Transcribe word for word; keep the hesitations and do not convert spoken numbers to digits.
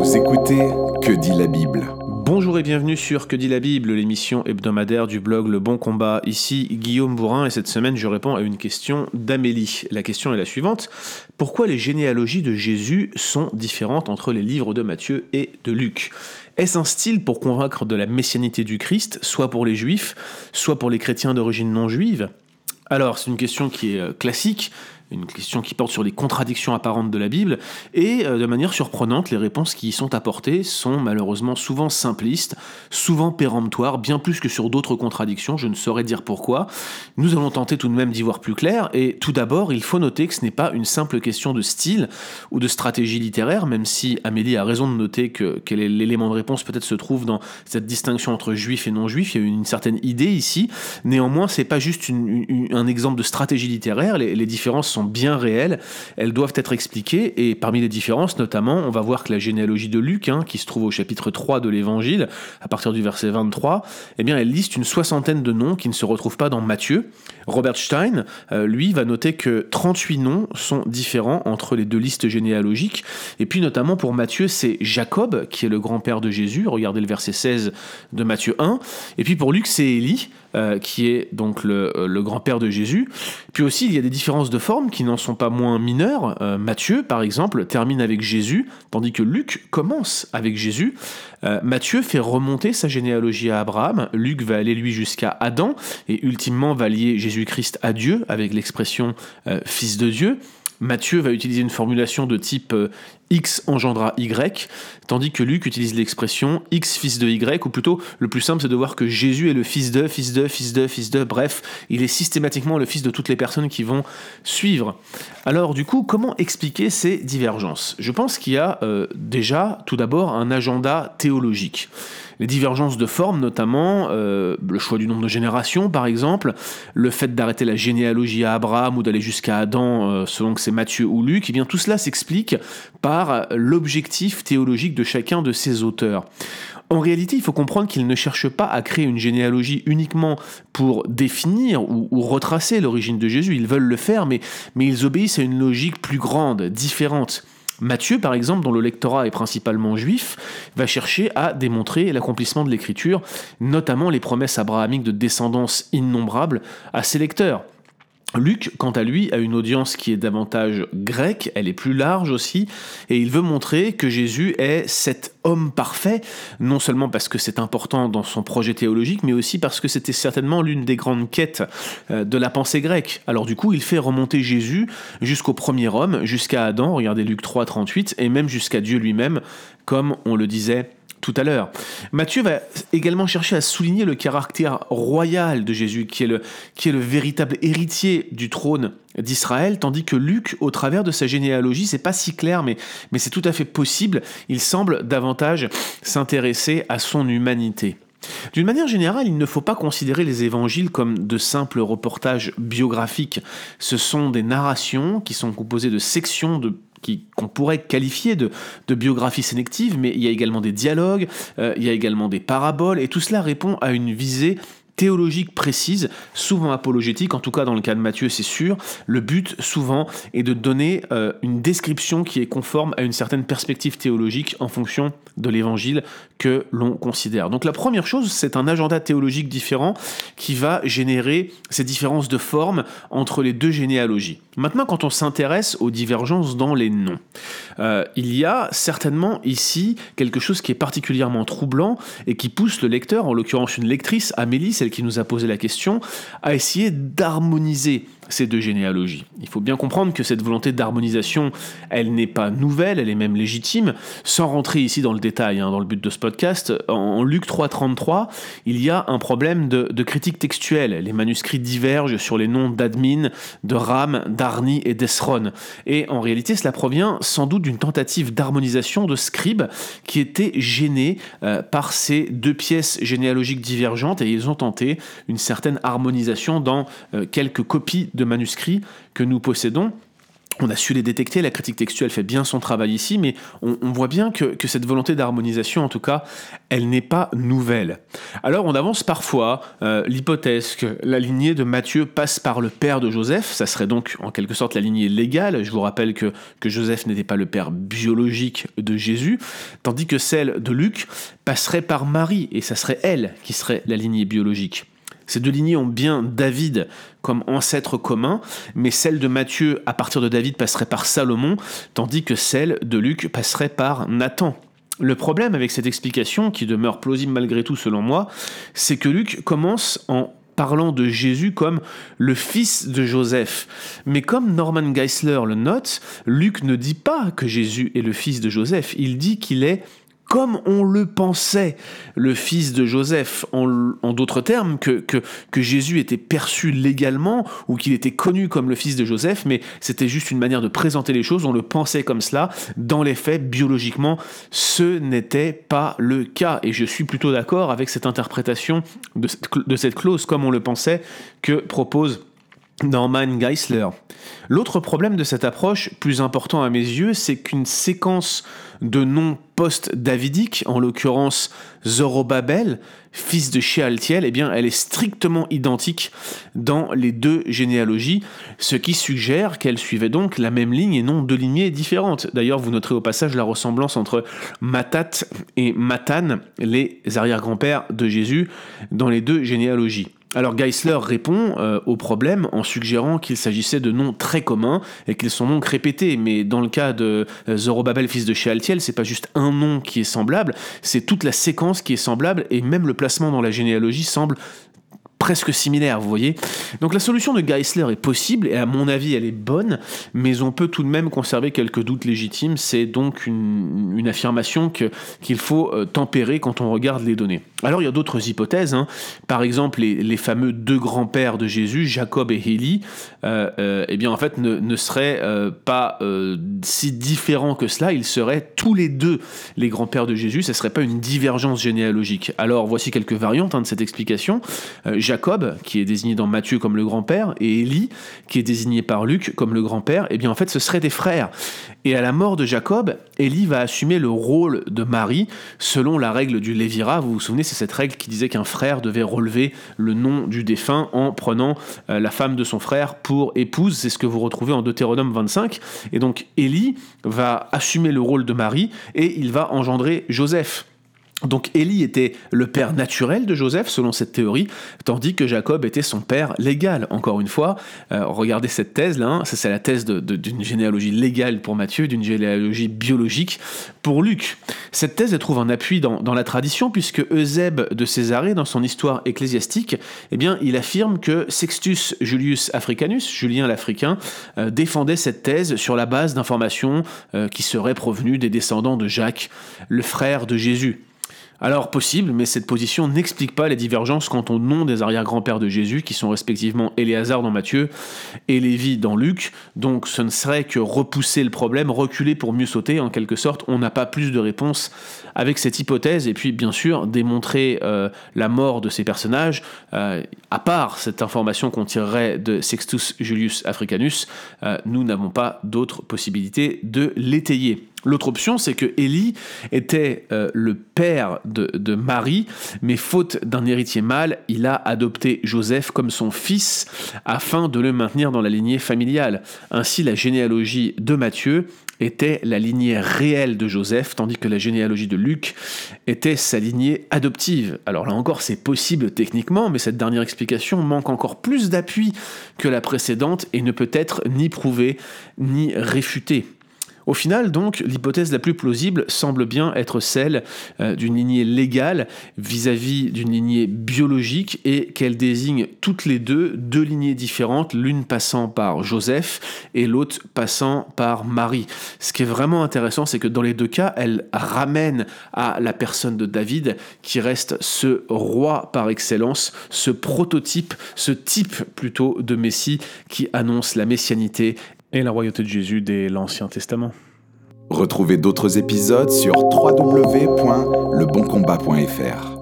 Vous écoutez Que dit la Bible ? Bonjour et bienvenue sur Que dit la Bible, l'émission hebdomadaire du blog Le Bon Combat. Ici Guillaume Bourrin et cette semaine je réponds à une question d'Amélie. La question est la suivante. Pourquoi les généalogies de Jésus sont différentes entre les livres de Matthieu et de Luc ? Est-ce un style pour convaincre de la messianité du Christ, soit pour les juifs, soit pour les chrétiens d'origine non juive ? Alors c'est une question qui est classique, une question qui porte sur les contradictions apparentes de la Bible, et euh, de manière surprenante, les réponses qui y sont apportées sont malheureusement souvent simplistes, souvent péremptoires, bien plus que sur d'autres contradictions, je ne saurais dire pourquoi. Nous allons tenter tout de même d'y voir plus clair, et tout d'abord, il faut noter que ce n'est pas une simple question de style ou de stratégie littéraire, même si Amélie a raison de noter que quel est l'élément de réponse peut-être se trouve dans cette distinction entre juifs et non-juifs, il y a une certaine idée ici. Néanmoins, c'est pas juste une, une, un exemple de stratégie littéraire, les, les différences sont bien réelles, elles doivent être expliquées, et parmi les différences notamment, on va voir que la généalogie de Luc, hein, qui se trouve au chapitre trois de l'Évangile, à partir du verset vingt-trois, eh bien elle liste une soixantaine de noms qui ne se retrouvent pas dans Matthieu. Robert Stein, euh, lui, va noter que trente-huit noms sont différents entre les deux listes généalogiques, et puis notamment pour Matthieu, c'est Jacob, qui est le grand-père de Jésus, regardez le verset seize de Matthieu un, et puis pour Luc, c'est Élie, Euh, qui est donc le, le grand-père de Jésus. Puis aussi, il y a des différences de forme qui n'en sont pas moins mineures. Euh, Matthieu, par exemple, termine avec Jésus, tandis que Luc commence avec Jésus. Euh, Matthieu fait remonter sa généalogie à Abraham. Luc va aller, lui, jusqu'à Adam, et ultimement va lier Jésus-Christ à Dieu, avec l'expression euh, « fils de Dieu ». Matthieu va utiliser une formulation de type euh, X engendra Y, tandis que Luc utilise l'expression X fils de Y, ou plutôt le plus simple c'est de voir que Jésus est le fils de, fils de, fils de, fils de, bref, il est systématiquement le fils de toutes les personnes qui vont suivre. Alors du coup, comment expliquer ces divergences ? Je pense qu'il y a euh, déjà tout d'abord un agenda théologique. Les divergences de forme notamment, euh, le choix du nombre de générations par exemple, le fait d'arrêter la généalogie à Abraham ou d'aller jusqu'à Adam euh, selon que c'est Matthieu ou Luc, eh bien tout cela s'explique par l'objectif théologique de chacun de ces auteurs. En réalité, il faut comprendre qu'ils ne cherchent pas à créer une généalogie uniquement pour définir ou, ou retracer l'origine de Jésus. Ils veulent le faire, mais, mais ils obéissent à une logique plus grande, différente. Matthieu, par exemple, dont le lectorat est principalement juif, va chercher à démontrer l'accomplissement de l'Écriture, notamment les promesses abrahamiques de descendance innombrable à ses lecteurs. Luc, quant à lui, a une audience qui est davantage grecque, elle est plus large aussi, et il veut montrer que Jésus est cet homme parfait, non seulement parce que c'est important dans son projet théologique, mais aussi parce que c'était certainement l'une des grandes quêtes de la pensée grecque. Alors du coup, il fait remonter Jésus jusqu'au premier homme, jusqu'à Adam, regardez Luc trois, trente-huit, et même jusqu'à Dieu lui-même, comme on le disait tout à l'heure. Matthieu va également chercher à souligner le caractère royal de Jésus, qui est le, qui est le véritable héritier du trône d'Israël, tandis que Luc, au travers de sa généalogie, c'est pas si clair, mais, mais c'est tout à fait possible, il semble davantage s'intéresser à son humanité. D'une manière générale, il ne faut pas considérer les évangiles comme de simples reportages biographiques. Ce sont des narrations qui sont composées de sections de Qui, qu'on pourrait qualifier de, de biographie sélective, mais il y a également des dialogues, euh, il y a également des paraboles, et tout cela répond à une visée théologique précise, souvent apologétique, en tout cas dans le cas de Matthieu c'est sûr. Le but souvent est de donner euh, une description qui est conforme à une certaine perspective théologique en fonction de l'évangile que l'on considère. Donc la première chose, c'est un agenda théologique différent qui va générer ces différences de forme entre les deux généalogies. Maintenant, quand on s'intéresse aux divergences dans les noms, euh, il y a certainement ici quelque chose qui est particulièrement troublant et qui pousse le lecteur, en l'occurrence une lectrice, Amélie, celle qui nous a posé la question, à essayer d'harmoniser ces deux généalogies. Il faut bien comprendre que cette volonté d'harmonisation, elle n'est pas nouvelle, elle est même légitime. Sans rentrer ici dans le détail, hein, dans le but de ce podcast, en Luc trois trente-trois, il y a un problème de, de critique textuelle. Les manuscrits divergent sur les noms d'Admin, de Ram, d'Arni et d'Esron. Et en réalité, cela provient sans doute d'une tentative d'harmonisation de scribes qui étaient gênés euh, par ces deux pièces généalogiques divergentes, et ils ont tenté une certaine harmonisation dans euh, quelques copies de manuscrits que nous possédons. On a su les détecter, la critique textuelle fait bien son travail ici, mais on, on voit bien que, que cette volonté d'harmonisation, en tout cas, elle n'est pas nouvelle. Alors on avance parfois euh, l'hypothèse que la lignée de Matthieu passe par le père de Joseph, ça serait donc en quelque sorte la lignée légale. Je vous rappelle que, que Joseph n'était pas le père biologique de Jésus, tandis que celle de Luc passerait par Marie, et ça serait elle qui serait la lignée biologique. Ces deux lignées ont bien David comme ancêtre commun, mais celle de Matthieu à partir de David passerait par Salomon, tandis que celle de Luc passerait par Nathan. Le problème avec cette explication, qui demeure plausible malgré tout selon moi, c'est que Luc commence en parlant de Jésus comme le fils de Joseph. Mais comme Norman Geisler le note, Luc ne dit pas que Jésus est le fils de Joseph, il dit qu'il est comme on le pensait, le fils de Joseph, en, en d'autres termes, que, que, que Jésus était perçu légalement ou qu'il était connu comme le fils de Joseph, mais c'était juste une manière de présenter les choses, on le pensait comme cela. Dans les faits, biologiquement, ce n'était pas le cas. Et je suis plutôt d'accord avec cette interprétation de cette, de cette clause, comme on le pensait, que propose Norman Geisler. L'autre problème de cette approche, plus important à mes yeux, c'est qu'une séquence de noms post-davidiques, en l'occurrence Zorobabel, fils de Shealtiel, eh bien, elle est strictement identique dans les deux généalogies, ce qui suggère qu'elle suivait donc la même ligne et non deux lignées différentes. D'ailleurs, vous noterez au passage la ressemblance entre Matat et Matan, les arrière-grands-pères de Jésus, dans les deux généalogies. Alors Geisler répond euh, au problème en suggérant qu'il s'agissait de noms très communs et qu'ils sont donc répétés, mais dans le cas de euh, Zorobabel, fils de Shealtiel, c'est pas juste un nom qui est semblable, c'est toute la séquence qui est semblable, et même le placement dans la généalogie semble presque similaire, vous voyez. Donc la solution de Geisler est possible, et à mon avis elle est bonne, mais on peut tout de même conserver quelques doutes légitimes. C'est donc une, une affirmation que, qu'il faut euh, tempérer quand on regarde les données. Alors il y a d'autres hypothèses, hein. Par exemple les, les fameux deux grands-pères de Jésus, Jacob et Élie, euh, euh, eh bien en fait ne, ne seraient euh, pas euh, si différents que cela, ils seraient tous les deux les grands-pères de Jésus, ce ne serait pas une divergence généalogique. Alors voici quelques variantes hein, de cette explication. Euh, Jacob, qui est désigné dans Matthieu comme le grand-père, et Élie, qui est désigné par Luc comme le grand-père, eh bien en fait ce seraient des frères. Et à la mort de Jacob, Élie va assumer le rôle de Marie, selon la règle du Lévira. Vous vous souvenez, c'est cette règle qui disait qu'un frère devait relever le nom du défunt en prenant euh, la femme de son frère pour épouse. C'est ce que vous retrouvez en Deutéronome vingt-cinq. Et donc Élie va assumer le rôle de Marie, et il va engendrer Joseph. Donc Élie était le père naturel de Joseph, selon cette théorie, tandis que Jacob était son père légal. Encore une fois, euh, regardez cette thèse-là, hein, ça c'est la thèse de, de, d'une généalogie légale pour Matthieu, d'une généalogie biologique pour Luc. Cette thèse elle trouve un appui dans, dans la tradition, puisque Eusèbe de Césarée, dans son histoire ecclésiastique, eh bien, il affirme que Sextus Julius Africanus, Julien l'Africain, euh, défendait cette thèse sur la base d'informations euh, qui seraient provenues des descendants de Jacques, le frère de Jésus. Alors possible, mais cette position n'explique pas les divergences quant au nom des arrière-grands-pères de Jésus, qui sont respectivement Éléazar dans Matthieu et Lévi dans Luc. Donc ce ne serait que repousser le problème, reculer pour mieux sauter, en quelque sorte. On n'a pas plus de réponse avec cette hypothèse, et puis bien sûr démontrer euh, la mort de ces personnages, euh, à part cette information qu'on tirerait de Sextus Julius Africanus, euh, nous n'avons pas d'autre possibilité de l'étayer. L'autre option, c'est que Élie était euh, le père de, de Marie, mais faute d'un héritier mâle, il a adopté Joseph comme son fils afin de le maintenir dans la lignée familiale. Ainsi, la généalogie de Matthieu était la lignée réelle de Joseph, tandis que la généalogie de Luc était sa lignée adoptive. Alors là encore, c'est possible techniquement, mais cette dernière explication manque encore plus d'appui que la précédente et ne peut être ni prouvée ni réfutée. Au final, donc, l'hypothèse la plus plausible semble bien être celle euh, d'une lignée légale vis-à-vis d'une lignée biologique, et qu'elle désigne toutes les deux deux lignées différentes, l'une passant par Joseph et l'autre passant par Marie. Ce qui est vraiment intéressant, c'est que dans les deux cas, elle ramène à la personne de David, qui reste ce roi par excellence, ce prototype, ce type plutôt de Messie qui annonce la messianité et la royauté de Jésus dès l'Ancien Testament. Retrouvez d'autres épisodes sur w w w point le bon combat point f r.